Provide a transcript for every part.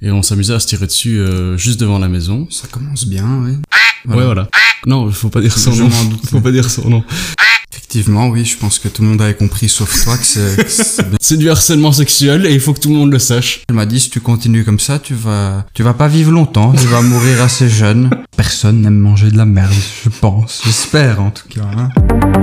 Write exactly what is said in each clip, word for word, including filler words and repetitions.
et on s'amusait à se tirer dessus euh, juste devant la maison. Ça commence bien, oui. Voilà. Ouais, voilà. Non, faut pas dire son Je nom. m'en doute. Faut pas dire son nom. Effectivement, oui, je pense que tout le monde avait compris, sauf toi, que c'est, que c'est bien. C'est du harcèlement sexuel et il faut que tout le monde le sache. Elle m'a dit, si tu continues comme ça, tu vas, tu vas pas vivre longtemps, tu vas mourir assez jeune. Personne n'aime manger de la merde, je pense. J'espère, en tout cas, hein.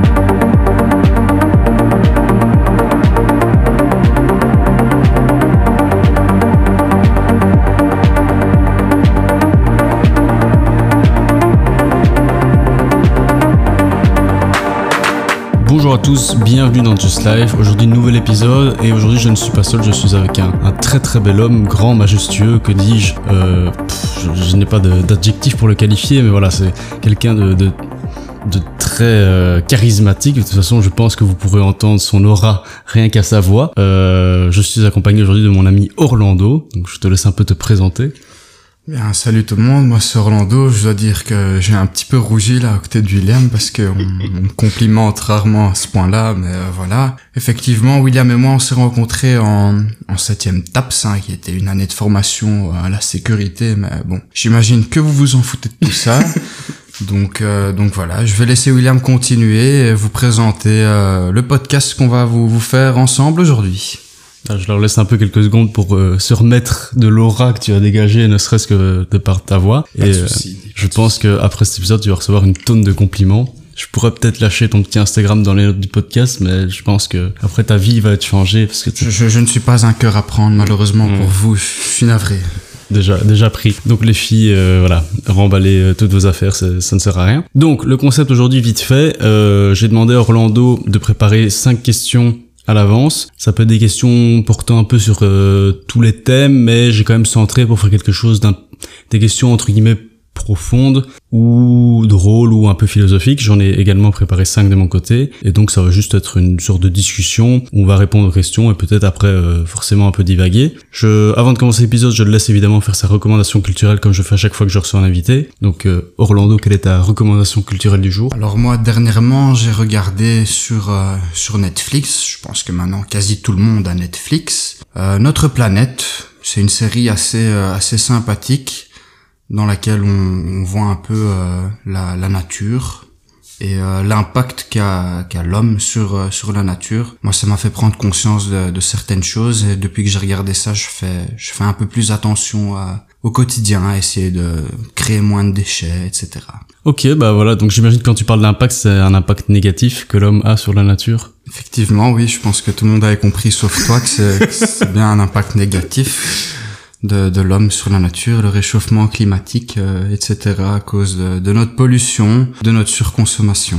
Bonjour à tous, bienvenue dans Just Life. Aujourd'hui, nouvel épisode et aujourd'hui, je ne suis pas seul, je suis avec un, un très très bel homme, grand, majestueux, que dis-je. Euh, pff, je, je n'ai pas de, d'adjectif pour le qualifier, mais voilà, c'est quelqu'un de, de, de très euh, charismatique. De toute façon, je pense que vous pourrez entendre son aura rien qu'à sa voix. Euh, je suis accompagné aujourd'hui de mon ami Orlando, donc je te laisse un peu te présenter. Bien, salut tout le monde, moi c'est Orlando. Je dois dire que j'ai un petit peu rougi là à côté de William parce qu'on on me complimente rarement à ce point-là, mais euh, voilà. Effectivement, William et moi on s'est rencontrés en, en septième T A P S, hein, qui était une année de formation à la sécurité, mais bon, j'imagine que vous vous en foutez de tout ça. Donc, euh, donc voilà, je vais laisser William continuer et vous présenter euh, le podcast qu'on va vous, vous faire ensemble aujourd'hui. Je leur laisse un peu quelques secondes pour euh, se remettre de l'aura que tu as dégagé, ne serait-ce que de par ta voix. Pas et de soucis, euh, je pense que après cet épisode, tu vas recevoir une tonne de compliments. Je pourrais peut-être lâcher ton petit Instagram dans les notes du podcast, mais je pense que après ta vie va être changée parce que je, je, je ne suis pas un cœur à prendre, malheureusement mmh. pour vous. Je suis navré. Déjà, déjà pris. Donc les filles, euh, voilà, remballez euh, toutes vos affaires, ça, ça ne sert à rien. Donc le concept aujourd'hui, vite fait, euh, j'ai demandé à Orlando de préparer cinq questions à l'avance. Ça peut être des questions portant un peu sur euh, tous les thèmes, mais j'ai quand même centré pour faire quelque chose d'un des questions entre guillemets profondes ou drôles ou un peu philosophiques. J'en ai également préparé cinq de mon côté et donc ça va juste être une sorte de discussion où on va répondre aux questions et peut-être après euh, forcément un peu divaguer. Je, avant de commencer l'épisode, je le laisse évidemment faire sa recommandation culturelle comme je fais à chaque fois que je reçois un invité. Donc euh, Orlando, quelle est ta recommandation culturelle du jour? Alors moi dernièrement j'ai regardé sur euh, sur Netflix, je pense que maintenant quasi tout le monde a Netflix, euh, Notre Planète. C'est une série assez euh, assez sympathique dans laquelle on, on voit un peu euh, la, la nature et euh, l'impact qu'a, qu'a l'homme sur euh, sur la nature. Moi, ça m'a fait prendre conscience de, de certaines choses et depuis que j'ai regardé ça, je fais je fais un peu plus attention à, au quotidien, à essayer de créer moins de déchets, et cetera. Ok, bah voilà. Donc j'imagine que quand tu parles d'impact, c'est un impact négatif que l'homme a sur la nature. Effectivement, oui. Je pense que tout le monde avait compris, sauf toi, que c'est, que c'est bien un impact négatif de, de l'homme sur la nature, le réchauffement climatique, euh, et cetera à cause de, de notre pollution, de notre surconsommation.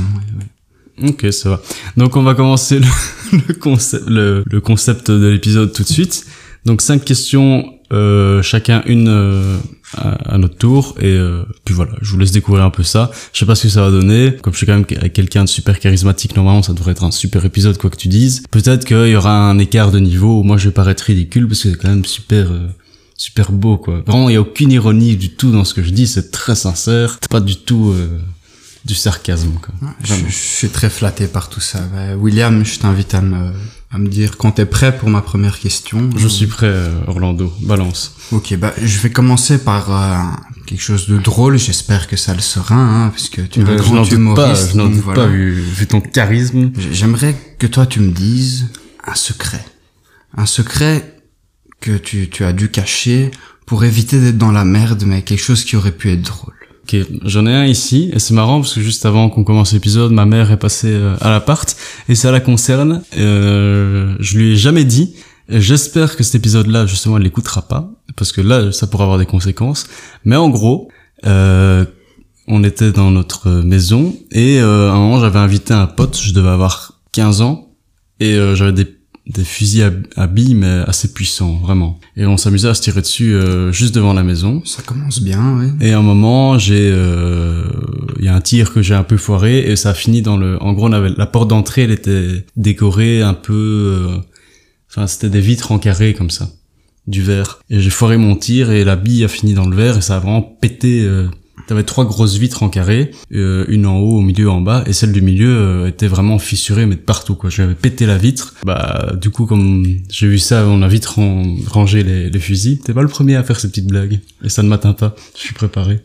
Ok, ça va. Donc on va commencer le, le concept, le, le concept de l'épisode tout de suite. Donc cinq questions, euh, chacun une euh, à, à notre tour et euh, puis voilà, je vous laisse découvrir un peu ça. Je sais pas ce que ça va donner. Comme je suis quand même quelqu'un de super charismatique, normalement ça devrait être un super épisode quoi que tu dises. Peut-être qu'il y aura un écart de niveau où moi je vais paraître ridicule parce que c'est quand même super... Euh, super beau quoi. Vraiment, il y a aucune ironie du tout dans ce que je dis, c'est très sincère, c'est pas du tout euh, du sarcasme quoi. Je, je suis très flatté par tout ça. Bah, William, je t'invite à me à me dire quand t'es prêt pour ma première question. Je suis prêt, euh, Orlando, balance. Ok, bah je vais commencer par euh, quelque chose de drôle, j'espère que ça le sera hein, parce que tu es un grand humoriste. Je n'en doute pas, vu, vu ton charisme. J'aimerais que toi tu me dises un secret. Un secret que tu, tu as dû cacher pour éviter d'être dans la merde, mais quelque chose qui aurait pu être drôle. Ok, j'en ai un ici, et c'est marrant parce que juste avant qu'on commence l'épisode, ma mère est passée euh, à l'appart, et ça la concerne, euh, je lui ai jamais dit, et j'espère que cet épisode-là, justement, elle l'écoutera pas, parce que là, ça pourrait avoir des conséquences, mais en gros, euh, on était dans notre maison, et euh, à un moment, j'avais invité un pote, je devais avoir quinze ans, et euh, j'avais des des fusils à, à billes mais assez puissants vraiment et on s'amusait à se tirer dessus euh, juste devant la maison. Ça commence bien, oui. Et à un moment j'ai euh il y a un tir que j'ai un peu foiré et ça a fini dans le en gros on avait la porte d'entrée, elle était décorée un peu euh... enfin c'était des vitres en carré comme ça, du verre, et j'ai foiré mon tir et la bille a fini dans le verre et ça a vraiment pété euh, t'avais trois grosses vitres en carré, euh, une en haut, au milieu, en bas, et celle du milieu euh, était vraiment fissurée, mais de partout, quoi. J'avais pété la vitre. Bah, du coup, comme j'ai vu ça, on a vite ran- rangé les, les fusils. T'es pas le premier à faire ces petites blagues. Et ça ne m'atteint pas. Je suis préparé.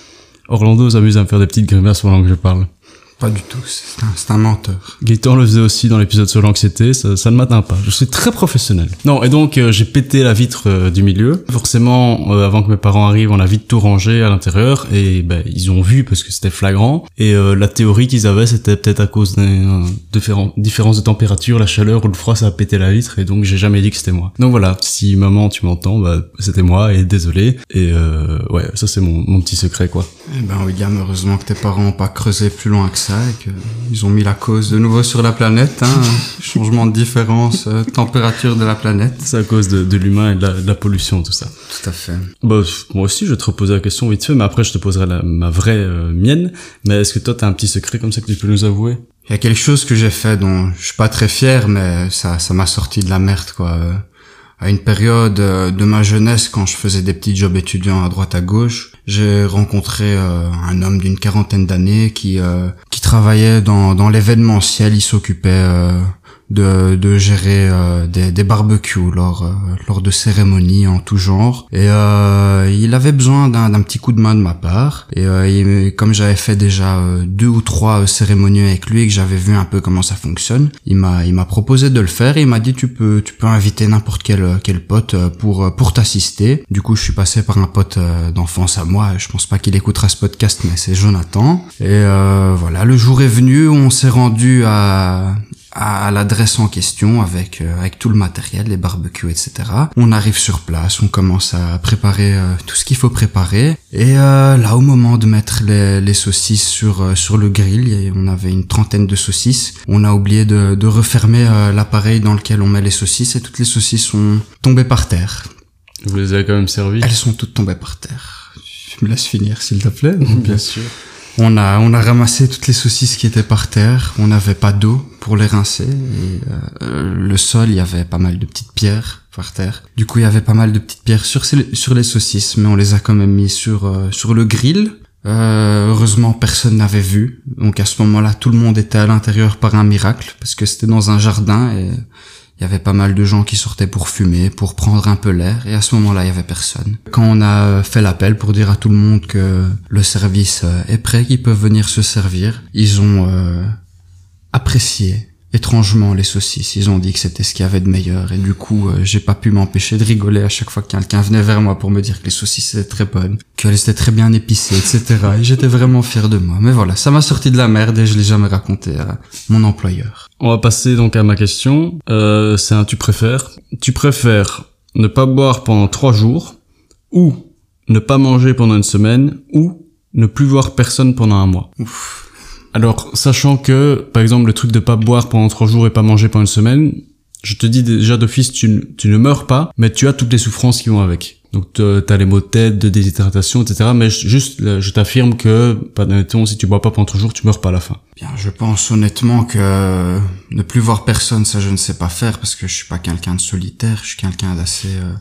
Orlando s'amuse à me faire des petites grimaces pendant que je parle. Pas du tout, c'est un, c'est un menteur. Gaëtan le faisait aussi dans l'épisode sur l'anxiété, ça, ça ne m'atteint pas. Je suis très professionnel. Non, et donc euh, j'ai pété la vitre euh, du milieu. Forcément, euh, avant que mes parents arrivent, on a vite tout rangé à l'intérieur et ben ils ont vu parce que c'était flagrant. Et euh, la théorie qu'ils avaient, c'était peut-être à cause des euh, différents, différences de température, la chaleur ou le froid, ça a pété la vitre et donc j'ai jamais dit que c'était moi. Donc voilà, si maman tu m'entends, bah c'était moi et désolé. Et euh, ouais, ça c'est mon, mon petit secret quoi. Eh ben William, heureusement que tes parents n'ont pas creusé plus loin que ça et que ils ont mis la cause de nouveau sur la planète, hein. Changement de différence, euh, température de la planète. C'est à cause de, de l'humain et de la, de la pollution, tout ça. Tout à fait. Bah, moi aussi, je vais te reposer la question vite fait, mais après, je te poserai la, ma vraie euh, mienne. Mais est-ce que toi, t'as un petit secret comme ça que tu peux nous avouer? Il y a quelque chose que j'ai fait dont je suis pas très fier, mais ça, ça m'a sorti de la merde, quoi. Euh, à une période de ma jeunesse, quand je faisais des petits jobs étudiants à droite à gauche, j'ai rencontré euh, un homme d'une quarantaine d'années qui euh, qui travaillait dans dans l'événementiel. Il s'occupait euh, de de gérer euh, des des barbecues lors euh, lors de cérémonies en tout genre. Et euh, il avait besoin d'un d'un petit coup de main de ma part. Et euh, il, comme j'avais fait déjà euh, deux ou trois euh, cérémonies avec lui et que j'avais vu un peu comment ça fonctionne, il m'a il m'a proposé de le faire et il m'a dit tu peux tu peux inviter n'importe quel quel pote pour pour t'assister. Du coup, je suis passé par un pote d'enfance à moi. Je pense pas qu'il écoutera ce podcast, mais c'est Jonathan. Et euh, voilà, le jour est venu où on s'est rendu à à l'adresse en question avec euh, avec tout le matériel, les barbecues, et cetera. On arrive sur place, on commence à préparer euh, tout ce qu'il faut préparer. Et euh, là, au moment de mettre les, les saucisses sur euh, sur le grill, et on avait une trentaine de saucisses. On a oublié de, de refermer euh, l'appareil dans lequel on met les saucisses et toutes les saucisses sont tombées par terre. Vous les avez quand même servi? Elles sont toutes tombées par terre. Tu me laisses finir, s'il te plaît? Bien sûr. On a on a ramassé toutes les saucisses qui étaient par terre. On n'avait pas d'eau pour les rincer. Et euh, le sol, il y avait pas mal de petites pierres par terre. Du coup, il y avait pas mal de petites pierres sur ces, sur les saucisses, mais on les a quand même mis sur euh, sur le grill. Euh, heureusement, personne n'avait vu. Donc à ce moment-là, tout le monde était à l'intérieur par un miracle, parce que c'était dans un jardin et il y avait pas mal de gens qui sortaient pour fumer, pour prendre un peu l'air, et à ce moment-là, il y avait personne. Quand on a fait l'appel pour dire à tout le monde que le service est prêt, qu'ils peuvent venir se servir, ils ont euh, apprécié étrangement les saucisses. Ils ont dit que c'était ce qu'il y avait de meilleur, et du coup, euh, j'ai pas pu m'empêcher de rigoler à chaque fois que quelqu'un venait vers moi pour me dire que les saucisses étaient très bonnes, qu'elles étaient très bien épicées, et cetera. Et j'étais vraiment fier de moi. Mais voilà, ça m'a sorti de la merde et je l'ai jamais raconté à mon employeur. On va passer donc à ma question. Euh, c'est un tu préfères. Tu préfères ne pas boire pendant trois jours, ou ne pas manger pendant une semaine, ou ne plus voir personne pendant un mois. Ouf. Alors, sachant que, par exemple, le truc de pas boire pendant trois jours et pas manger pendant une semaine, je te dis déjà d'office, tu, ne- tu ne meurs pas, mais tu as toutes les souffrances qui vont avec. Donc, t'as t'as les maux de tête, de déshydratation, et cetera. Mais je- juste, là, je t'affirme que, pas admettons, si tu bois pas pendant trois jours, tu meurs pas à la fin. Bien, je pense honnêtement que ne plus voir personne, ça je ne sais pas faire parce que je suis pas quelqu'un de solitaire, je suis quelqu'un d'assez euh,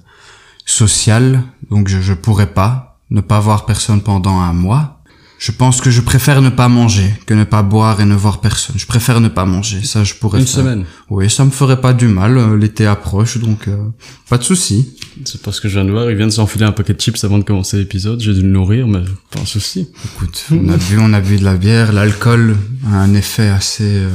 social, donc je, je pourrais pas ne pas voir personne pendant un mois. Je pense que je préfère ne pas manger que ne pas boire et ne voir personne. Je préfère ne pas manger, ça je pourrais Une faire. semaine. Oui, ça me ferait pas du mal, euh, l'été approche, donc euh, pas de souci. C'est parce que je viens de voir, il vient de s'enfiler un paquet de chips avant de commencer l'épisode, j'ai dû le nourrir, mais pas un souci. Écoute, on a bu, on a bu de la bière, l'alcool a un effet assez... euh,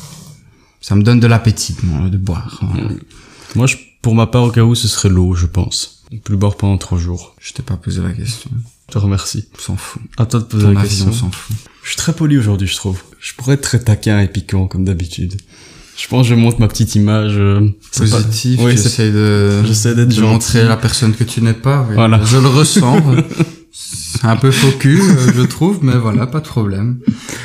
ça me donne de l'appétit moi, de boire. Voilà. Moi, je, pour ma part, au cas où, ce serait l'eau, je pense. Ne plus boire pendant trois jours. Je t'ai pas posé la question. Je te remercie. On s'en fout. À toi de poser Ton la avis, question. on s'en fout. Je suis très poli aujourd'hui, je trouve. Je pourrais être très taquin et piquant, comme d'habitude. Je pense que je montre ma petite image... Euh, c'est pas- Positif, Oui, tu c'est- essayes de, j'essaie d'être de gentil. montrer la personne que tu n'es pas. Oui. Voilà. Je le ressens. C'est un peu faux cul, euh, je trouve, mais voilà, pas de problème.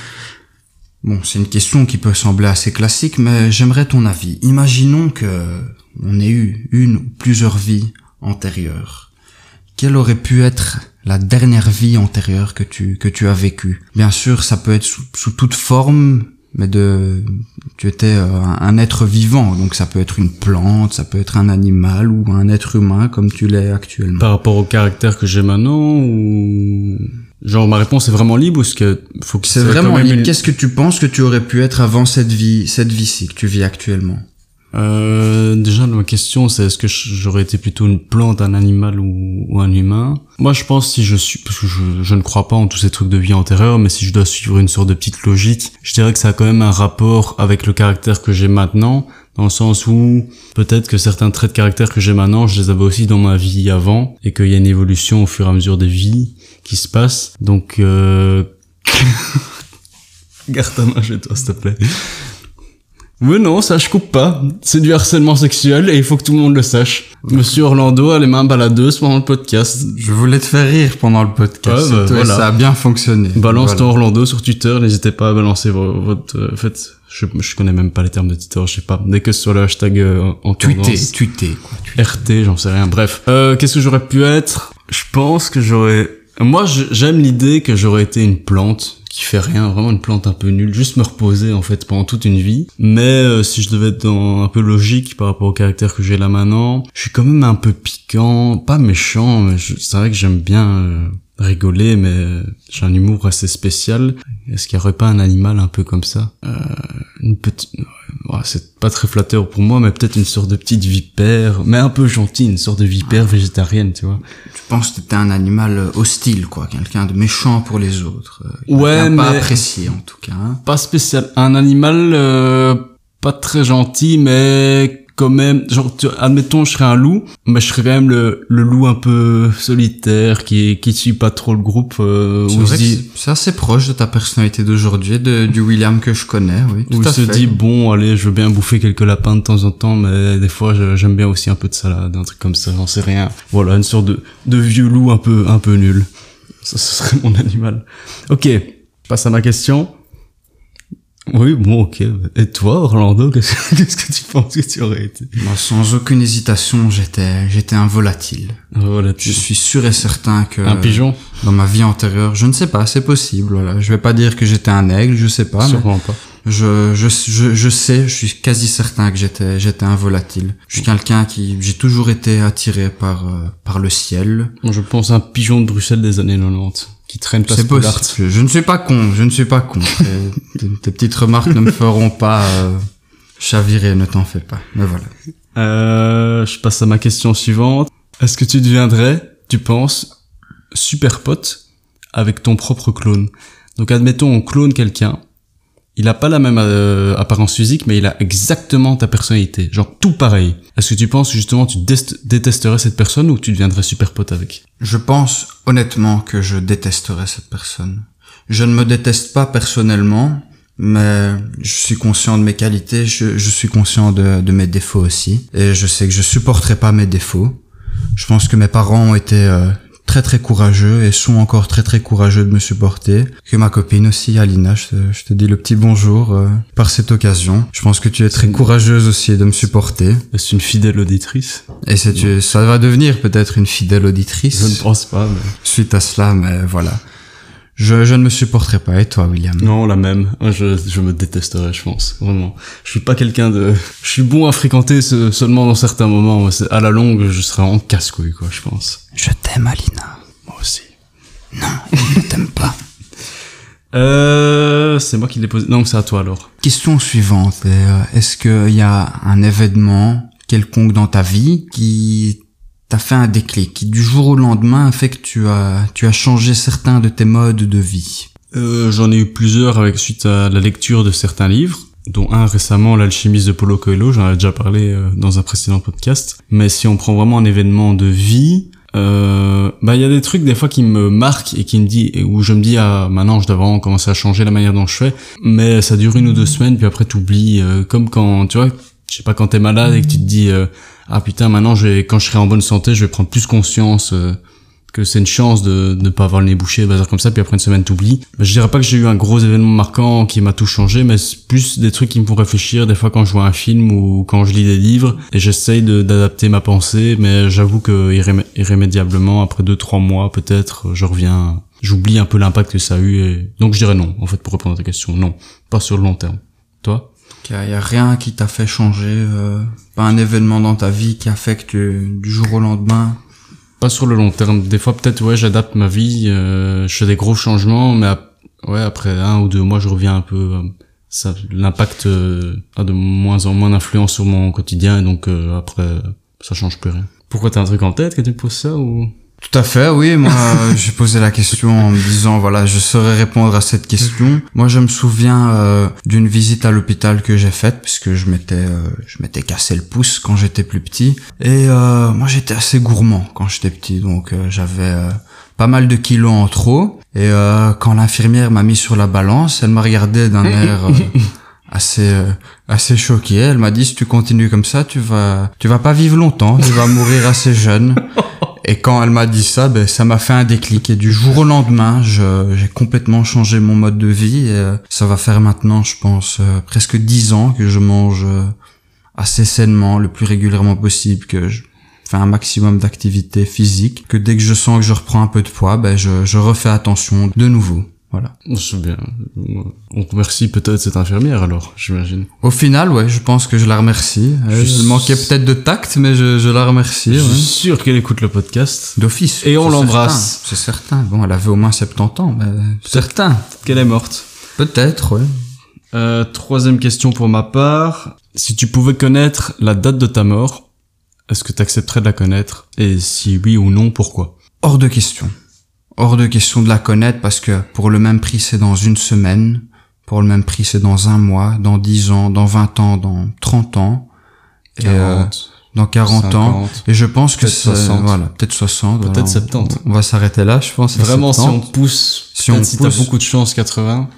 Bon, c'est une question qui peut sembler assez classique, mais j'aimerais ton avis. Imaginons que on ait eu une ou plusieurs vies antérieures. Quelle aurait pu être la dernière vie antérieure que tu que tu as vécue? Bien sûr, ça peut être sous, sous toute forme, mais de tu étais euh, un, un être vivant, donc ça peut être une plante, ça peut être un animal ou un être humain comme tu l'es actuellement. Par rapport au caractère que j'ai maintenant, ou... Genre, ma réponse est vraiment libre ou est-ce que faut que c'est c'est vraiment quand même libre. une- Qu'est-ce que tu penses que tu aurais pu être avant cette vie, cette vie-ci que tu vis actuellement? Euh, déjà, ma question, c'est est-ce que j'aurais été plutôt une plante, un animal ou, ou un humain? Moi, je pense si je suis, parce que je, je ne crois pas en tous ces trucs de vie antérieure, mais si je dois suivre une sorte de petite logique, je dirais que ça a quand même un rapport avec le caractère que j'ai maintenant, dans le sens où peut-être que certains traits de caractère que j'ai maintenant, je les avais aussi dans ma vie avant, et qu'il y a une évolution au fur et à mesure des vies qui se passent. Donc, euh... garde ta main chez toi, s'il te plaît. Oui, non, ça je coupe pas. C'est du harcèlement sexuel et il faut que tout le monde le sache. Monsieur Orlando a les mains baladeuses pendant le podcast. Je voulais te faire rire pendant le podcast. Ouais, bah, et toi, voilà. ça a bien fonctionné. Balance Voilà. ton Orlando sur Twitter, n'hésitez pas à balancer vo- votre... euh, en fait, je, je connais même pas les termes de Twitter, je sais pas. Dès que ce soit le hashtag euh, en Tweeter, tendance. tweeter, quoi. tweeter. R T, j'en sais rien. Bref. Euh, qu'est-ce que j'aurais pu être? Je pense que j'aurais... Moi, je- j'aime l'idée que j'aurais été une plante qui fait rien, vraiment une plante un peu nulle, juste me reposer en fait pendant toute une vie. Mais euh, si je devais être dans un peu logique par rapport au caractère que j'ai là maintenant, je suis quand même un peu piquant, pas méchant, mais je- c'est vrai que j'aime bien euh, rigoler, mais j'ai un humour assez spécial. Est-ce qu'il y aurait pas un animal un peu comme ça? euh, Une petite... Ouais, c'est pas très flatteur pour moi, mais peut-être une sorte de petite vipère, mais un peu gentille, une sorte de vipère végétarienne, tu vois. Tu penses que t'étais un animal euh, hostile, quoi. Quelqu'un de méchant pour les autres. euh, Ouais, quelqu'un pas mais- apprécié, en tout cas. Hein. Pas spécial. Un animal euh, pas très gentil, mais quand même, genre, tu- admettons, je serais un loup, mais je serais quand même le, le loup un peu solitaire, qui qui suit pas trop le groupe, euh, C'est où il se vrai que dit, c'est c'est assez proche de ta personnalité d'aujourd'hui, de, du William que je connais, oui. où Tout il à se fait. dit, bon, allez, je veux bien bouffer quelques lapins de temps en temps, mais des fois, je- j'aime bien aussi un peu de salade, un truc comme ça, j'en sais rien. Voilà, une sorte de, de vieux loup un peu, un peu nul. Ça, ce serait mon animal. Ok, je passe à ma question. Oui, bon, ok. Et toi, Orlando, qu'est-ce qu'est-ce que tu penses que tu aurais été? Moi, sans aucune hésitation, j'étais, j'étais un volatile. Voilà, Je suis sûr et certain que un pigeon? dans ma vie antérieure, je ne sais pas, c'est possible. Voilà, je vais pas dire que j'étais un aigle, je sais pas. Mais Sûrement pas. je, je, je, je sais, je suis quasi certain que j'étais, j'étais un volatile. Je suis quelqu'un qui, j'ai toujours été attiré par, euh, par le ciel. Moi, je pense à un pigeon de Bruxelles des années quatre-vingt-dix, qui traîne place C'est Pollard. possible. Je, je ne suis pas con, je ne suis pas con. Et tes, tes petites remarques ne me feront pas euh, chavirer, ne t'en fais pas. Mais voilà. Euh, je passe à ma question suivante. Est-ce que tu deviendrais, tu penses, super pote avec ton propre clone? Donc, admettons, on clone quelqu'un. Il a pas la même euh, apparence physique, mais il a exactement ta personnalité. Genre, tout pareil. Est-ce que tu penses que justement tu dest- détesterais cette personne ou tu deviendrais super pote avec? Je pense honnêtement que je détesterais cette personne. Je ne me déteste pas personnellement, mais je suis conscient de mes qualités, je, je suis conscient de, de mes défauts aussi. Et je sais que je supporterai pas mes défauts. Je pense que mes parents ont été euh, très très courageux et sont encore très très courageux de me supporter. Que ma copine aussi, Alina, je te, je te dis le petit bonjour euh, par cette occasion. Je pense que tu es très courageuse aussi de me supporter. C'est une fidèle auditrice. Et c'est, tu, ça va devenir peut-être une fidèle auditrice. Je ne pense pas, mais... Suite à cela, mais voilà. Je, je ne me supporterai pas. Et toi, William? Non, la même. Je, je me détesterais, je pense. Vraiment. Je suis pas quelqu'un de... Je suis bon à fréquenter ce, seulement dans certains moments. Mais c'est- à la longue, je serais en casse-couille, quoi, je pense. Je t'aime, Alina. Moi aussi. Non, je ne t'aime pas. Euh, c'est moi qui l'ai posé. Donc c'est à toi, alors. Question suivante. euh, Est-ce qu'il y a un événement quelconque dans ta vie qui t'a fait un déclic, qui du jour au lendemain a fait que tu as, tu as changé certains de tes modes de vie? Euh, j'en ai eu plusieurs avec suite à la lecture de certains livres, dont un récemment, L'Alchimiste de Paulo Coelho, j'en ai déjà parlé euh, dans un précédent podcast. Mais si on prend vraiment un événement de vie, euh, bah il y a des trucs des fois qui me marquent et qui me dit, et où je me dis ah maintenant je dois vraiment commencer à changer la manière dont je fais, mais ça dure une ou deux semaines puis après t'oublies, euh, comme quand tu vois, je sais pas, quand t'es malade et que tu te dis euh, ah putain maintenant je vais, quand je serai en bonne santé je vais prendre plus conscience euh, que c'est une chance de ne pas avoir le nez bouché, bazar comme ça, puis après une semaine t'oublies. Je dirais pas que j'ai eu un gros événement marquant qui m'a tout changé, mais c'est plus des trucs qui me font réfléchir des fois quand je vois un film ou quand je lis des livres, et j'essaye de, d'adapter ma pensée, mais j'avoue que irrém- irrémédiablement, après deux trois mois peut-être, je reviens, j'oublie un peu l'impact que ça a eu, et donc je dirais non, en fait, pour répondre à ta question, non, pas sur le long terme. Toi? Il y a, y a rien qui t'a fait changer, euh, pas un événement dans ta vie qui a fait que tu, du jour au lendemain, Pas sur le long terme. Des fois, peut-être, ouais, j'adapte ma vie, euh, je fais des gros changements, mais ap- ouais, après un ou deux mois, je reviens un peu. Euh, ça, l'impact euh, a de moins en moins d'influence sur mon quotidien, et donc euh, après, ça change plus rien. Pourquoi t'as un truc en tête que tu me poses ça ou? Tout à fait, oui. Moi, j'ai posé la question en me disant, voilà, je saurais répondre à cette question. Moi, je me souviens euh, d'une visite à l'hôpital que j'ai faite, puisque je m'étais, euh, je m'étais cassé le pouce quand j'étais plus petit. Et euh, moi, j'étais assez gourmand quand j'étais petit, donc euh, j'avais euh, pas mal de kilos en trop. Et euh, quand l'infirmière m'a mis sur la balance, elle m'a regardé d'un air euh, assez euh, assez choqué. Elle m'a dit, si tu continues comme ça, tu vas tu vas pas vivre longtemps, tu vas mourir assez jeune. Et quand elle m'a dit ça, ben ça m'a fait un déclic. Et du jour au lendemain, je, j'ai complètement changé mon mode de vie. Et euh, ça va faire maintenant, je pense, euh, presque dix ans que je mange euh, assez sainement, le plus régulièrement possible, que je fais un maximum d'activité physique, que dès que je sens que je reprends un peu de poids, ben je, je refais attention de nouveau. Voilà. C'est bien. On remercie peut-être cette infirmière alors, j'imagine. Au final, ouais, je pense que je la remercie. Elle Je manquait peut-être de tact, mais je, je la remercie. Je Ouais. suis sûr qu'elle écoute le podcast. D'office. Et on c'est l'embrasse. certain, C'est certain. Bon, elle avait au moins soixante-dix ans, mais certain. Qu'elle est morte. Peut-être, ouais. Euh, troisième question pour ma part. Si tu pouvais connaître la date de ta mort, est-ce que tu accepterais de la connaître? Et si oui ou non, pourquoi? Hors de question. Hors de question de la connaître parce que pour le même prix, c'est dans une semaine. Pour le même prix, c'est dans un mois, dans dix ans, dans vingt ans, dans trente ans. Et, euh, dans quarante ans. Et je pense que c'est, voilà, peut-être soixante. Peut-être voilà, soixante. On, on va s'arrêter là, je pense. Vraiment, si on soixante. pousse, Si on si pousse- t'as beaucoup de chance, quatre-vingts.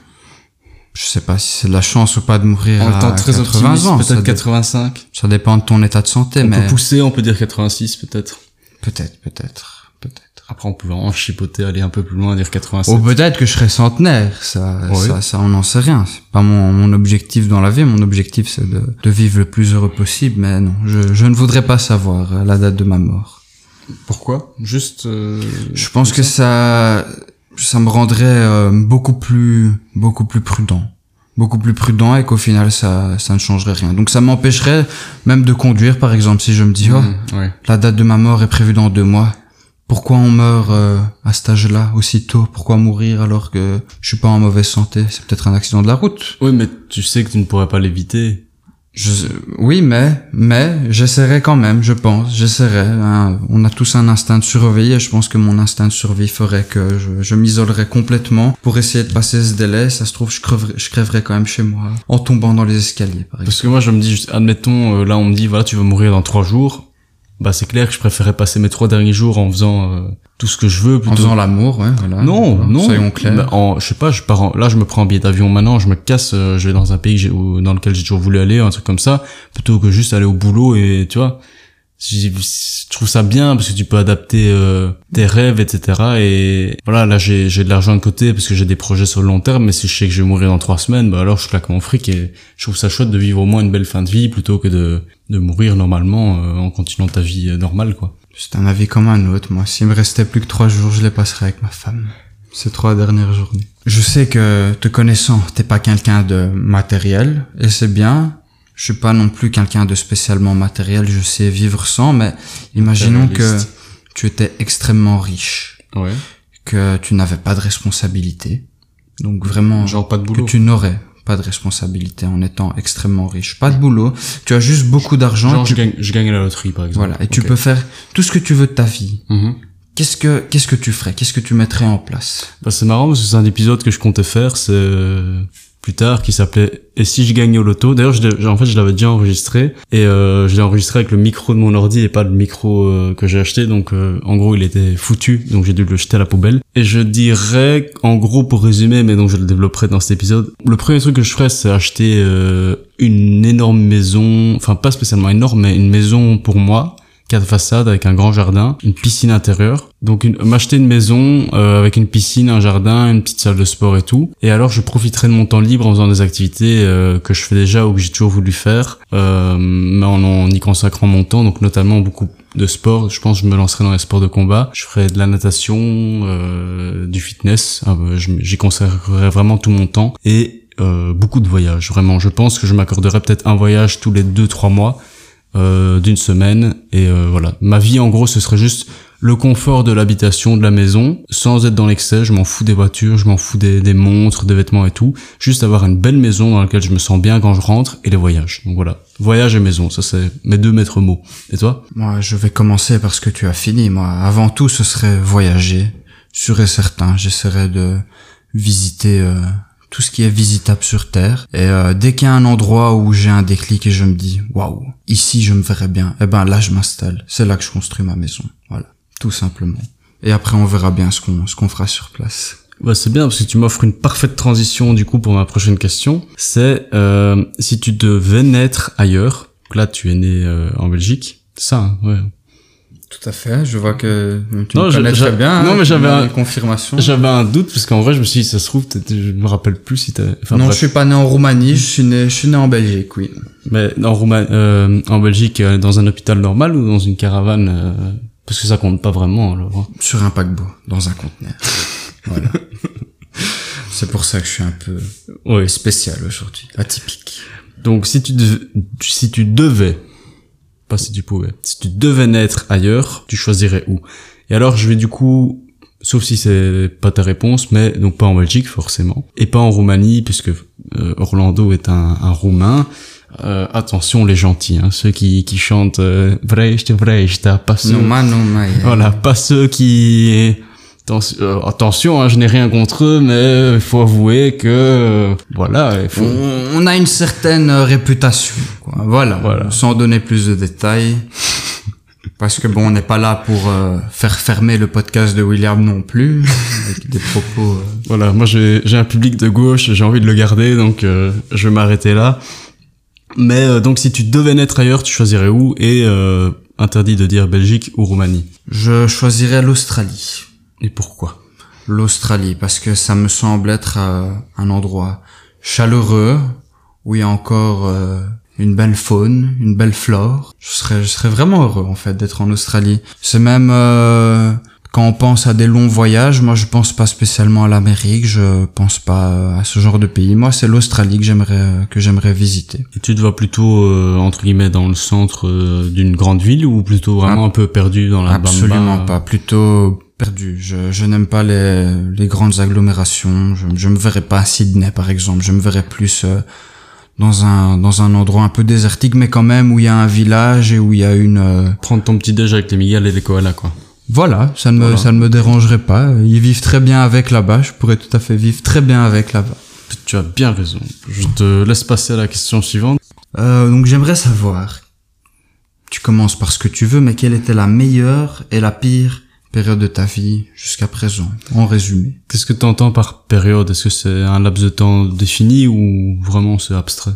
Je sais pas si c'est de la chance ou pas de mourir En étant à très quatre-vingts optimiste, ans. Ça, peut-être dé- quatre-vingt-cinq. ça dépend de ton état de santé, On mais peut pousser, on peut dire quatre-vingt-six peut-être. peut-être, peut-être, peut-être. Après, on peut en chipoter, aller un peu plus loin, dire quatre-vingt-sept. Ou peut-être que je serai centenaire, ça, Oui. ça, ça, on n'en sait rien. C'est pas mon, mon objectif dans la vie. Mon objectif, c'est de, de vivre le plus heureux possible. Mais non, je, je ne voudrais pas savoir euh, la date de ma mort. Pourquoi? Juste, euh, Je pense comme que ça, ça me rendrait euh, beaucoup plus, beaucoup plus prudent, beaucoup plus prudent, et qu'au final, ça, ça ne changerait rien. Donc, ça m'empêcherait même de conduire, par exemple, si je me dis, oh, Mmh, ouais. la date de ma mort est prévue dans deux mois. Pourquoi on meurt euh, à cet âge-là, aussitôt? Pourquoi mourir alors que je suis pas en mauvaise santé? C'est peut-être un accident de la route. Oui, mais tu sais que tu ne pourrais pas l'éviter. Je, oui, mais, mais, j'essaierai quand même, je pense, j'essaierai. Hein. On a tous un instinct de survie, et je pense que mon instinct de survie ferait que je, je m'isolerais complètement pour essayer de passer ce délai. Ça se trouve, je crèverais, je crèverais quand même chez moi, en tombant dans les escaliers, par exemple. Parce que moi, je me dis, juste, admettons, euh, là, on me dit, voilà, tu vas mourir dans trois jours. Bah, c'est clair que je préférais passer mes trois derniers jours en faisant euh, tout ce que je veux. Plutôt... En faisant l'amour, ouais, voilà. Non, voilà, non. Soyons clairs. Bah, en, je sais pas, je pars en, là, je me prends un billet d'avion maintenant, je me casse, euh, je vais dans un pays que j'ai, où- dans lequel j'ai toujours voulu aller, un truc comme ça, plutôt que juste aller au boulot et, tu vois, j'ai- je trouve ça bien parce que tu peux adapter euh, tes rêves, et cetera. Et voilà, là, j'ai, j'ai de l'argent de côté parce que j'ai des projets sur le long terme, mais si je sais que je vais mourir dans trois semaines, bah alors je claque mon fric et je trouve ça chouette de vivre au moins une belle fin de vie plutôt que de, de mourir normalement euh, en continuant ta vie euh, normale, quoi. C'est un avis comme un autre, moi. S'il me restait plus que trois jours, je les passerais avec ma femme. Ces trois dernières journées. Je sais que, te connaissant, t'es pas quelqu'un de matériel, et c'est bien. Je suis pas non plus quelqu'un de spécialement matériel, je sais vivre sans, mais imaginons que Matérialiste. tu étais extrêmement riche, Ouais. que tu n'avais pas de responsabilité. Donc vraiment, Genre pas de que boulot. tu n'aurais pas de responsabilité en étant extrêmement riche. Pas de boulot, tu as juste beaucoup d'argent. Genre et tu- je gagne, je gagne à la loterie, par exemple. Voilà, et tu Ok. peux faire tout ce que tu veux de ta vie. Mhm. Qu'est-ce que qu'est-ce que tu ferais? Qu'est-ce que tu mettrais en place? Bah, c'est marrant parce que c'est un épisode que je comptais faire, c'est euh, plus tard, qui s'appelait « Et si je gagnais au loto ?» D'ailleurs, je l'ai- en fait, je l'avais déjà enregistré, et euh, je l'ai enregistré avec le micro de mon ordi et pas le micro euh, que j'ai acheté, donc euh, en gros, il était foutu, donc j'ai dû le jeter à la poubelle. Et je dirais, en gros, pour résumer, mais donc je le développerai dans cet épisode, le premier truc que je ferais, c'est acheter euh, une énorme maison, enfin pas spécialement énorme, mais une maison pour moi, quatre façades avec un grand jardin, une piscine intérieure. Donc une, m'acheter une maison euh, avec une piscine, un jardin, une petite salle de sport et tout. Et alors je profiterai de mon temps libre en faisant des activités euh, que je fais déjà ou que j'ai toujours voulu faire, euh, mais en, en y consacrant mon temps, donc notamment beaucoup de sport. Je pense que je me lancerai dans les sports de combat. Je ferai de la natation, euh, du fitness. Euh, je- j'y consacrerai vraiment tout mon temps. Et euh, beaucoup de voyages, vraiment. Je pense que je m'accorderai peut-être un voyage tous les deux trois mois. Euh, d'une semaine, et euh, voilà, ma vie en gros ce serait juste le confort de l'habitation, de la maison, sans être dans l'excès. Je m'en fous des voitures, je m'en fous des, des montres, des vêtements et tout. Juste avoir une belle maison dans laquelle je me sens bien quand je rentre, et les voyages. Donc voilà, voyage et maison, ça c'est mes deux maîtres mots. Et toi? Moi, je vais commencer par ce que tu as fini. Moi, avant tout, ce serait voyager, sûr et certain. J'essaierai de visiter euh, tout ce qui est visitable sur Terre. Et euh, dès qu'il y a un endroit où j'ai un déclic et je me dis « Waouh, ici je me verrais bien », eh ben là je m'installe. C'est là que je construis ma maison. Voilà, tout simplement. Et après on verra bien ce qu'on ce qu'on fera sur place. Bah c'est bien parce que tu m'offres une parfaite transition du coup pour ma prochaine question. C'est euh, si tu devais naître ailleurs. Donc là tu es né euh, en Belgique, c'est ça, hein, ouais. Tout à fait, je vois que tu non, me connais très bien. Non, hein, mais j'avais un, confirmation. J'avais un doute parce qu'en vrai, je me suis dit, ça se trouve, je me rappelle plus si t'as. Enfin, non, bref. Je suis pas né en Roumanie, je suis né, je suis né en Belgique, oui. Mais en Roumanie, euh, en Belgique, euh, dans un hôpital normal ou dans une caravane, euh, parce que ça compte pas vraiment, alors. Hein. Sur un paquebot, dans un conteneur. Voilà. C'est pour ça que je suis un peu oui. spécial aujourd'hui, atypique. Donc, si tu devais, si tu devais pas si tu pouvais. Si tu devais naître ailleurs, tu choisirais où? Et alors, je vais du coup, sauf si c'est pas ta réponse, mais donc pas en Belgique forcément, et pas en Roumanie, puisque euh, Orlando est un, un Roumain. Euh, attention les gentils, hein, ceux qui qui chantent euh, Vrește, vrește, pas ceux. Non, ma, non, ma, yeah. Voilà, pas ceux qui. Attention, euh, attention hein, je n'ai rien contre eux, mais il faut avouer que euh, voilà, il faut... on, on a une certaine réputation, quoi. Voilà, voilà. Sans donner plus de détails, parce que bon, on n'est pas là pour euh, faire fermer le podcast de William non plus, avec des propos. Euh... Voilà, moi j'ai j'ai un public de gauche, j'ai envie de le garder, donc euh, je vais m'arrêter là. Mais euh, donc si tu devais naître ailleurs, tu choisirais où? Et euh, interdit de dire Belgique ou Roumanie. Je choisirais l'Australie. Et pourquoi? L'Australie, parce que ça me semble être euh, un endroit chaleureux, où il y a encore euh, une belle faune, une belle flore. Je serais, je serais vraiment heureux, en fait, d'être en Australie. C'est même, euh, quand on pense à des longs voyages, moi je pense pas spécialement à l'Amérique, je pense pas à ce genre de pays. Moi, c'est l'Australie que j'aimerais, que j'aimerais visiter. Et tu te vois plutôt, euh, entre guillemets, dans le centre euh, d'une grande ville, ou plutôt vraiment ah, un peu perdu dans la bamba? Absolument pas, plutôt... perdu. Je, je n'aime pas les, les grandes agglomérations. Je, je me verrais pas à Sydney, par exemple. Je me verrais plus euh, dans un dans un endroit un peu désertique, mais quand même où il y a un village et où il y a une. Euh... Prendre ton petit déj avec les migales et les koalas, quoi. Voilà, ça ne me voilà. ça ne me dérangerait pas. Ils vivent très bien avec là-bas. Je pourrais tout à fait vivre très bien avec là-bas. Tu as bien raison. Je te laisse passer à la question suivante. Euh, donc j'aimerais savoir. Tu commences par ce que tu veux, mais quelle était la meilleure et la pire période de ta vie jusqu'à présent, en résumé? Qu'est-ce que tu entends par période? Est-ce que c'est un laps de temps défini ou vraiment c'est abstrait?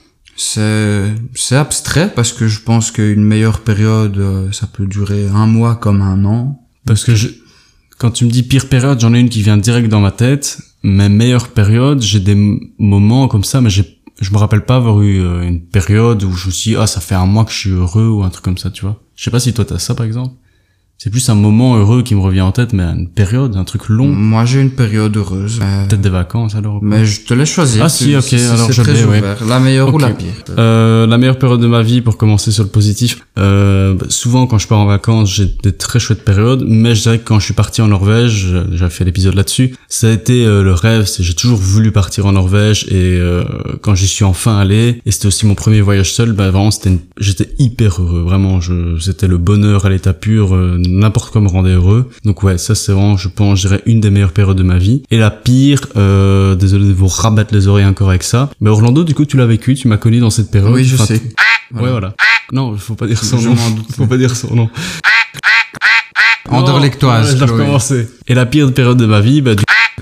C'est c'est abstrait parce que je pense qu'une meilleure période, ça peut durer un mois comme un an. Parce que je, quand tu me dis pire période, j'en ai une qui vient direct dans ma tête. Mais meilleure période, j'ai des moments comme ça, mais j'ai, je me rappelle pas avoir eu une période où je me suis dit, ah, ça fait un mois que je suis heureux ou un truc comme ça, tu vois. Je sais pas si toi t'as ça par exemple. C'est plus un moment heureux qui me revient en tête, mais une période, un truc long. Moi, j'ai une période heureuse. Mais... Peut-être des vacances, alors. Mais je te laisse choisir. Ah si, ok, c'est, alors c'est je l'ai, ouais. La meilleure okay. ou la pire? Euh, la meilleure période de ma vie, pour commencer sur le positif. Euh, souvent, quand je pars en vacances, j'ai des très chouettes périodes, mais je dirais que quand je suis parti en Norvège, j'avais fait l'épisode là-dessus, ça a été euh, le rêve. C'est, j'ai toujours voulu partir en Norvège, et euh, quand j'y suis enfin allé, et c'était aussi mon premier voyage seul, bah vraiment, c'était une... j'étais hyper heureux. Vraiment, je... c'était le bonheur à l'état pur, euh, n'importe quoi me rendait heureux. Donc ouais, ça c'est vraiment, je pense, je dirais une des meilleures périodes de ma vie. Et la pire, euh, désolé de vous rabattre les oreilles encore avec ça, mais Orlando, du coup, tu l'as vécu, tu m'as connu dans cette période. Oui, je enfin, sais. T... Voilà. Ouais, voilà. Non, faut pas dire son je nom. M'en doute. Faut pas dire son nom. Anderlechtoise. Je dois recommencer. Et la pire période de ma vie, bah du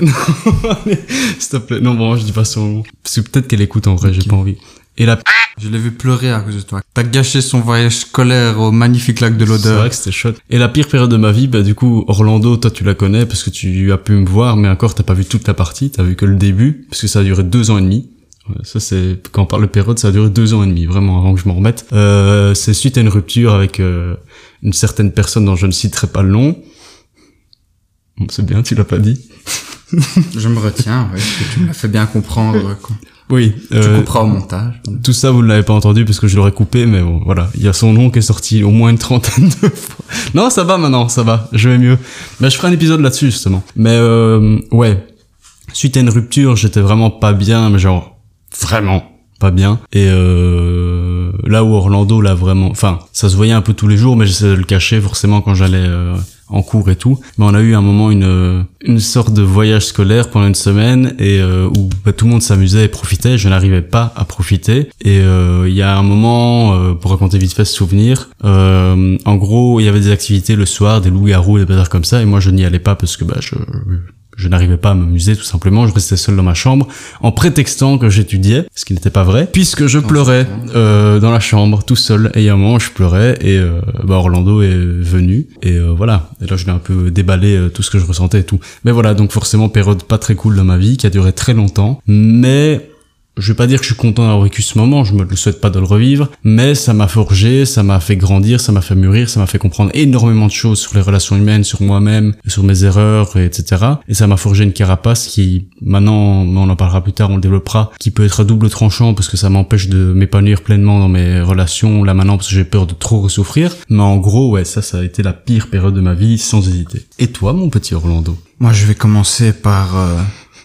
s'il te plaît. Non, bon, je dis pas son nom. Parce que peut-être qu'elle écoute en vrai, okay. J'ai pas envie. Et la Je l'ai vu pleurer à cause de toi. T'as gâché son voyage scolaire au magnifique lac de l'Odeur. C'est vrai que c'était chouette. Et la pire période de ma vie, bah du coup, Orlando, toi tu la connais parce que tu as pu me voir, mais encore t'as pas vu toute la partie, t'as vu que le début, parce que ça a duré deux ans et demi. Ça c'est, quand on parle de période, ça a duré deux ans et demi, vraiment, avant que je m'en remette. Euh, c'est suite à une rupture avec euh, une certaine personne dont je ne citerai pas le nom. Bon, c'est bien, tu l'as pas dit. Je me retiens, ouais, parce que tu me l'as fait bien comprendre, quoi. Oui. Tu euh, couperas au montage. Tout ça, vous ne l'avez pas entendu parce que je l'aurais coupé, mais bon, voilà. Il y a son nom qui est sorti au moins une trentaine de fois. Non, ça va maintenant, ça va. Je vais mieux. Mais je ferai un épisode là-dessus, justement. Mais, euh, ouais. Suite à une rupture, j'étais vraiment pas bien, mais genre, vraiment pas bien. Et, euh, là où Orlando, là, vraiment, enfin, ça se voyait un peu tous les jours, mais j'essayais de le cacher, forcément, quand j'allais, euh, en cours et tout. Mais on a eu un moment une une sorte de voyage scolaire pendant une semaine et euh, où bah, tout le monde s'amusait et profitait. Je n'arrivais pas à profiter. Et euh, il y a un moment, euh, pour raconter vite fait ce souvenir, euh, en gros, il y avait des activités le soir, des loups-garous, des bazars comme ça. Et moi, je n'y allais pas parce que bah je je n'arrivais pas à m'amuser tout simplement, je restais seul dans ma chambre en prétextant que j'étudiais, ce qui n'était pas vrai, puisque je pleurais euh, dans la chambre tout seul. Et il y a un moment je pleurais et euh, bah Orlando est venu et euh, voilà. Et là je l'ai un peu déballé euh, tout ce que je ressentais et tout. Mais voilà, donc forcément période pas très cool dans ma vie qui a duré très longtemps, mais je vais pas dire que je suis content d'avoir vécu ce moment, je me le souhaite pas de le revivre, mais ça m'a forgé, ça m'a fait grandir, ça m'a fait mûrir, ça m'a fait comprendre énormément de choses sur les relations humaines, sur moi-même, sur mes erreurs, et cetera. Et ça m'a forgé une carapace qui, maintenant, on en parlera plus tard, on le développera, qui peut être à double tranchant parce que ça m'empêche de m'épanouir pleinement dans mes relations, là maintenant, parce que j'ai peur de trop ressouffrir. Mais en gros, ouais, ça, ça a été la pire période de ma vie, sans hésiter. Et toi, mon petit Orlando? Moi, je vais commencer par... Euh...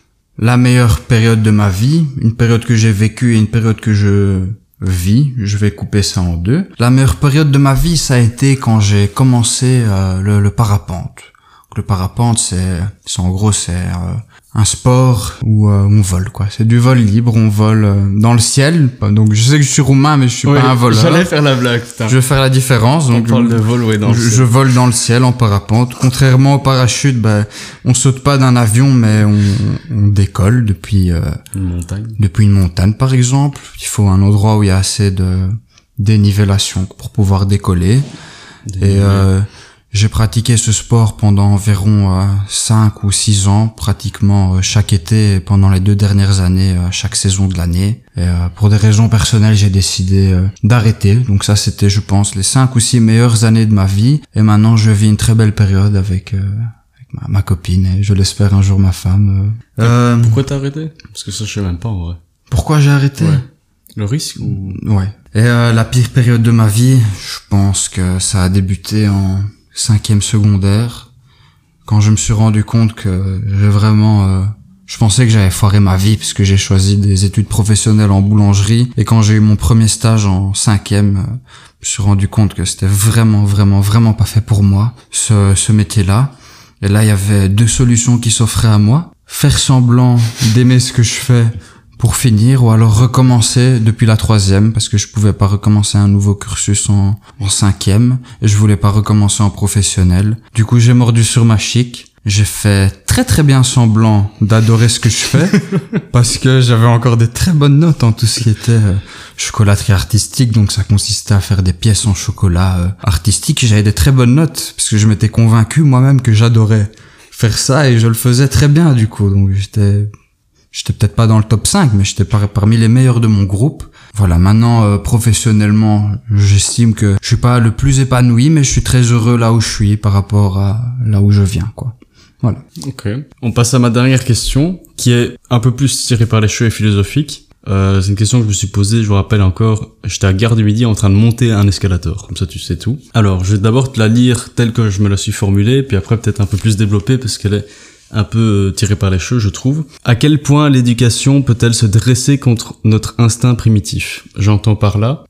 la meilleure période de ma vie, une période que j'ai vécue et une période que je vis, je vais couper ça en deux. La meilleure période de ma vie, ça a été quand j'ai commencé euh, le, le parapente. Le parapente, c'est, c'est en gros, c'est euh, un sport où euh, on vole, quoi. C'est du vol libre, on vole euh, dans le ciel. Donc je sais que je suis roumain, mais je suis oui, pas un voleur. J'allais faire la blague, putain. Je vais faire la différence. On donc parle de vol, ouais, dans je, le ciel. je vole dans le ciel en parapente. Contrairement au parachute, ben on saute pas d'un avion, mais on, on décolle depuis euh, une montagne. Depuis une montagne, par exemple. Il faut un endroit où il y a assez de dénivellation pour pouvoir décoller. Des et euh, j'ai pratiqué ce sport pendant environ euh, cinq ou six ans, pratiquement euh, chaque été pendant les deux dernières années, euh, chaque saison de l'année. Et euh, pour des raisons personnelles, j'ai décidé euh, d'arrêter. Donc ça, c'était, je pense, les cinq ou six meilleures années de ma vie. Et maintenant, je vis une très belle période avec, euh, avec ma, ma copine et je l'espère un jour ma femme. Euh, euh, pourquoi t'as arrêté? Parce que ça, je sais même pas en vrai. Pourquoi j'ai arrêté? Ouais. Le risque ou... Ouais. Et euh, la pire période de ma vie, je pense que ça a débuté en cinquième secondaire, quand je me suis rendu compte que j'ai vraiment... Euh, je pensais que j'avais foiré ma vie puisque j'ai choisi des études professionnelles en boulangerie. Et quand j'ai eu mon premier stage en cinquième, euh, je me suis rendu compte que c'était vraiment, vraiment, vraiment pas fait pour moi, ce, ce métier-là. Et là, il y avait deux solutions qui s'offraient à moi. Faire semblant d'aimer ce que je fais pour finir, ou alors recommencer depuis la troisième, parce que je pouvais pas recommencer un nouveau cursus en, en cinquième, et je voulais pas recommencer en professionnel. Du coup, j'ai mordu sur ma chic. J'ai fait très très bien semblant d'adorer ce que je fais, parce que j'avais encore des très bonnes notes en tout ce qui était euh, chocolaterie artistique, donc ça consistait à faire des pièces en chocolat euh, artistique, et j'avais des très bonnes notes, parce que je m'étais convaincu moi-même que j'adorais faire ça, et je le faisais très bien du coup, donc j'étais... J'étais peut-être pas dans le top cinq, mais j'étais par, parmi les meilleurs de mon groupe. Voilà, maintenant, euh, professionnellement, j'estime que je suis pas le plus épanoui, mais je suis très heureux là où je suis par rapport à là où je viens, quoi. Voilà. Ok. On passe à ma dernière question, qui est un peu plus tirée par les cheveux et philosophique. Euh, c'est une question que je me suis posée, je vous rappelle encore, j'étais à Gare du Midi en train de monter un escalator, comme ça tu sais tout. Alors, je vais d'abord te la lire telle que je me la suis formulée, puis après peut-être un peu plus développée, parce qu'elle est un peu tiré par les cheveux, je trouve. À quel point l'éducation peut-elle se dresser contre notre instinct primitif? J'entends par là...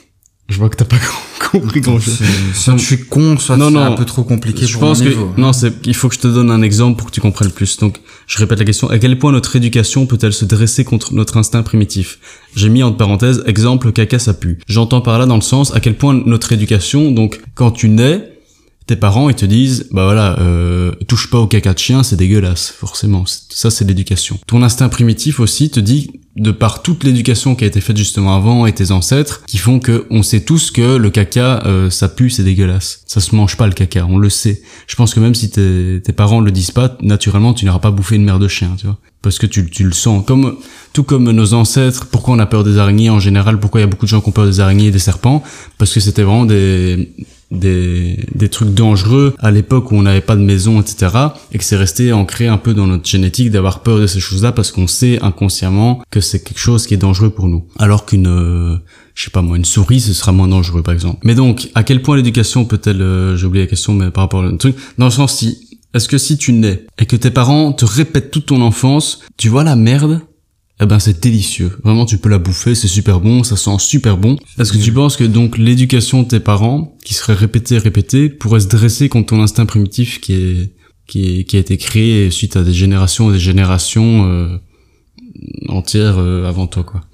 Je vois que t'as pas compris grand-chose. Soit je suis con, soit non, c'est non, un peu trop compliqué je pour pense mon que, niveau. Non, c'est, il faut que je te donne un exemple pour que tu comprennes plus. Donc, je répète la question. À quel point notre éducation peut-elle se dresser contre notre instinct primitif? J'ai mis entre parenthèses, exemple, le caca ça pue. J'entends par là dans le sens, à quel point notre éducation, donc, quand tu nais, tes parents, ils te disent, bah voilà, euh, touche pas au caca de chien, c'est dégueulasse, forcément. Ça, c'est l'éducation. Ton instinct primitif aussi te dit, de par toute l'éducation qui a été faite justement avant et tes ancêtres, qui font que on sait tous que le caca, euh, ça pue, c'est dégueulasse. Ça se mange pas le caca, on le sait. Je pense que même si tes, tes parents le disent pas, naturellement, tu n'iras pas bouffer une merde de chien, tu vois. Parce que tu, tu le sens. Comme, tout comme nos ancêtres, pourquoi on a peur des araignées en général, pourquoi il y a beaucoup de gens qui ont peur des araignées et des serpents? Parce que c'était vraiment des, des, des trucs dangereux à l'époque où on n'avait pas de maison, et cetera. Et que c'est resté ancré un peu dans notre génétique d'avoir peur de ces choses-là parce qu'on sait inconsciemment que c'est quelque chose qui est dangereux pour nous. Alors qu'une, euh, je sais pas moi, une souris, ce sera moins dangereux par exemple. Mais donc, à quel point l'éducation peut-elle, euh, j'ai oublié la question, mais par rapport à un truc, dans le sens si, est-ce que si tu nais et que tes parents te répètent toute ton enfance, tu vois la merde, eh ben c'est délicieux. Vraiment, tu peux la bouffer, c'est super bon, ça sent super bon. Est-ce que tu penses que donc l'éducation de tes parents, qui serait répétée, répétée, pourrait se dresser contre ton instinct primitif qui est qui est qui a été créé suite à des générations et des générations euh, entières euh, avant toi, quoi.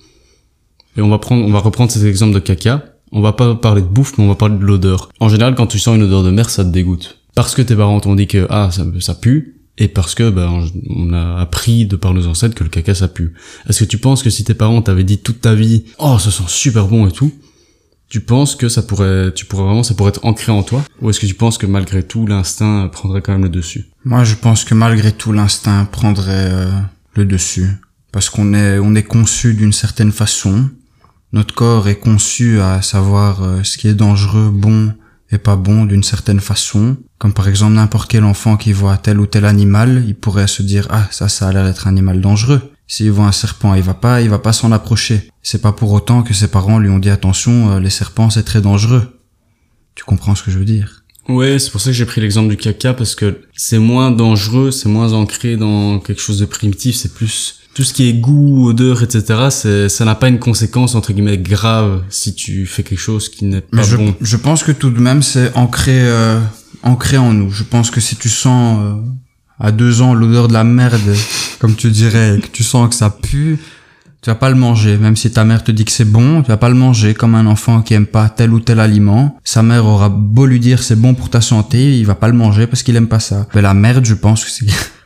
Et on va prendre, on va reprendre cet exemple de caca. On va pas parler de bouffe, mais on va parler de l'odeur. En général, quand tu sens une odeur de mer, ça te dégoûte. Parce que tes parents t'ont dit que ah ça ça pue. Et parce que ben on a appris de par nos ancêtres que le caca ça pue. Est-ce que tu penses que si tes parents t'avaient dit toute ta vie oh ça sent super bon et tout, tu penses que ça pourrait tu pourrais vraiment ça pourrait être ancré en toi, ou est-ce que tu penses que malgré tout l'instinct prendrait quand même le dessus? Moi je pense que malgré tout l'instinct prendrait euh, le dessus parce qu'on est on est conçu d'une certaine façon. Notre corps est conçu à savoir euh, ce qui est dangereux, bon et pas bon d'une certaine façon. Comme par exemple n'importe quel enfant qui voit tel ou tel animal, il pourrait se dire « Ah, ça, ça a l'air d'être un animal dangereux ». S'il voit un serpent, il va pas, il va pas s'en approcher. C'est pas pour autant que ses parents lui ont dit « Attention, euh, les serpents, c'est très dangereux ». Tu comprends ce que je veux dire? Ouais, c'est pour ça que j'ai pris l'exemple du caca, parce que c'est moins dangereux, c'est moins ancré dans quelque chose de primitif, c'est plus... Tout ce qui est goût, odeur, et cetera, c'est, ça n'a pas une conséquence, entre guillemets, grave si tu fais quelque chose qui n'est pas Mais je, bon. Je pense que tout de même, c'est ancré, euh, ancré en nous. Je pense que si tu sens, euh, à deux ans, l'odeur de la merde, comme tu dirais, et que tu sens que ça pue, tu vas pas le manger. Même si ta mère te dit que c'est bon, tu vas pas le manger comme un enfant qui aime pas tel ou tel aliment. Sa mère aura beau lui dire c'est bon pour ta santé, il va pas le manger parce qu'il aime pas ça. Mais la merde, je pense que c'est...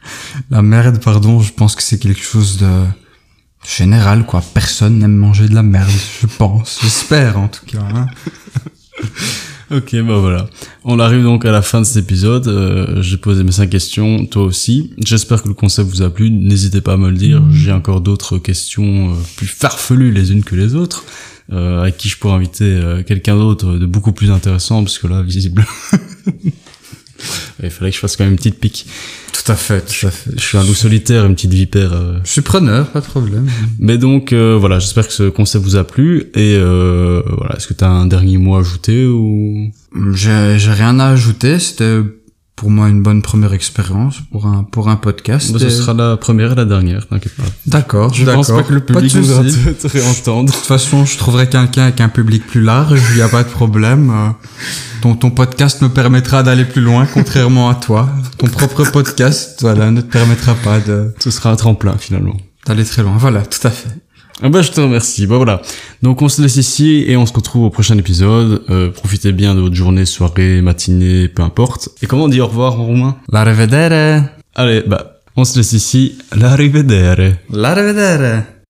La merde, pardon, je pense que c'est quelque chose de général, quoi. Personne n'aime manger de la merde, je pense. J'espère, en tout cas. Hein. Ok, bah voilà. On arrive donc à la fin de cet épisode. Euh, j'ai posé mes cinq questions, toi aussi. J'espère que le concept vous a plu. N'hésitez pas à me le dire. Mmh. J'ai encore d'autres questions euh, plus farfelues les unes que les autres, euh, avec qui je pourrais inviter euh, quelqu'un d'autre de beaucoup plus intéressant, parce que là, visible... Il fallait que je fasse quand même une petite pique. Tout à fait, tout à fait. Je suis un loup solitaire, une petite vipère. Euh... Je suis preneur, pas de problème. Mais donc, euh, voilà, j'espère que ce concept vous a plu. Et euh, voilà, est-ce que t'as un dernier mot à ajouter ou... J'ai, j'ai rien à ajouter. C'était pour moi une bonne première expérience pour un pour un podcast. Bah, ce et... sera la première et la dernière, t'inquiète pas. D'accord, je d'accord. pense pas que le public voudra te, te réentendre. De toute façon, je trouverai quelqu'un avec un public plus large. Il y a pas de problème. Ton, ton podcast me permettra d'aller plus loin, contrairement à toi. Ton propre podcast, voilà, ne te permettra pas de... Ce sera un tremplin, finalement. D'aller très loin, voilà, tout à fait. Ah bah, je te remercie. Bah voilà. Donc, on se laisse ici et on se retrouve au prochain épisode. Euh, profitez bien de votre journée, soirée, matinée, peu importe. Et comment on dit au revoir en roumain? La rivedere. Allez, bah, on se laisse ici. La rivedere. La rivedere.